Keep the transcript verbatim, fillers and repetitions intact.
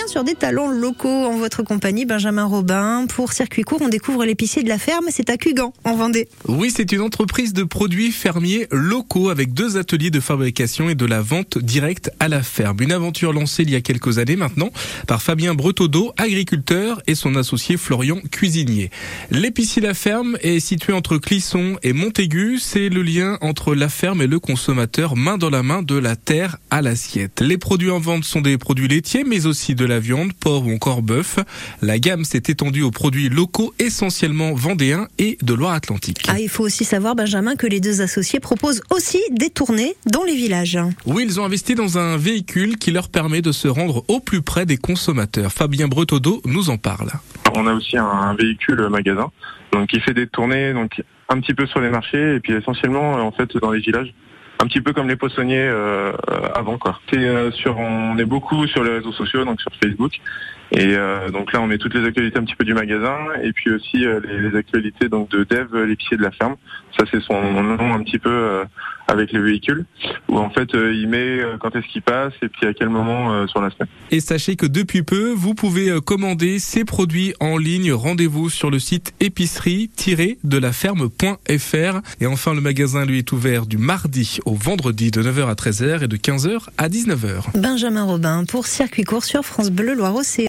bien sûr des talents locaux en votre compagnie, Benjamin Robin. Pour Circuit Court, on découvre l'épicier de la ferme, c'est à Cugand, en Vendée. Oui, c'est une entreprise de produits fermiers locaux avec deux ateliers de fabrication et de la vente directe à la ferme. Une aventure lancée il y a quelques années maintenant par Fabien Breteaudeau, agriculteur, et son associé Florian, cuisinier. L'épicier La Ferme est situé entre Clisson et Montaigu. C'est le lien entre la ferme et le consommateur, main dans la main, de la terre à l'assiette. Les produits en vente sont des produits laitiers, mais aussi de la viande, porc ou encore bœuf. La gamme s'est étendue aux produits locaux, essentiellement vendéens et de Loire-Atlantique. Ah, il faut aussi savoir, Benjamin, que les deux associés proposent aussi des tournées dans les villages. Oui, ils ont investi dans un véhicule qui leur permet de se rendre au plus près des consommateurs. Fabien Breteaudeau nous en parle. On a aussi un véhicule magasin, donc qui fait des tournées, donc un petit peu sur les marchés et puis essentiellement en fait dans les villages. Un petit peu comme les poissonniers euh, avant quoi. C'est, euh, sur, on est beaucoup sur les réseaux sociaux, donc sur Facebook. Et euh, donc là on met toutes les actualités un petit peu du magasin et puis aussi euh, les, les actualités donc de Dave, l'épicier de la ferme. Ça c'est son nom un petit peu euh, avec les véhicules où en fait euh, il met euh, quand est-ce qu'il passe et puis à quel moment euh, sur la semaine. Et sachez que depuis peu vous pouvez euh, commander ces produits en ligne. Rendez-vous sur le site épicerie tiret de la ferme point f r. Et enfin le magasin lui est ouvert du mardi au vendredi de neuf heures à treize heures et de quinze heures à dix-neuf heures. Benjamin Robin pour Circuit Court sur France Bleu Loire-Océan.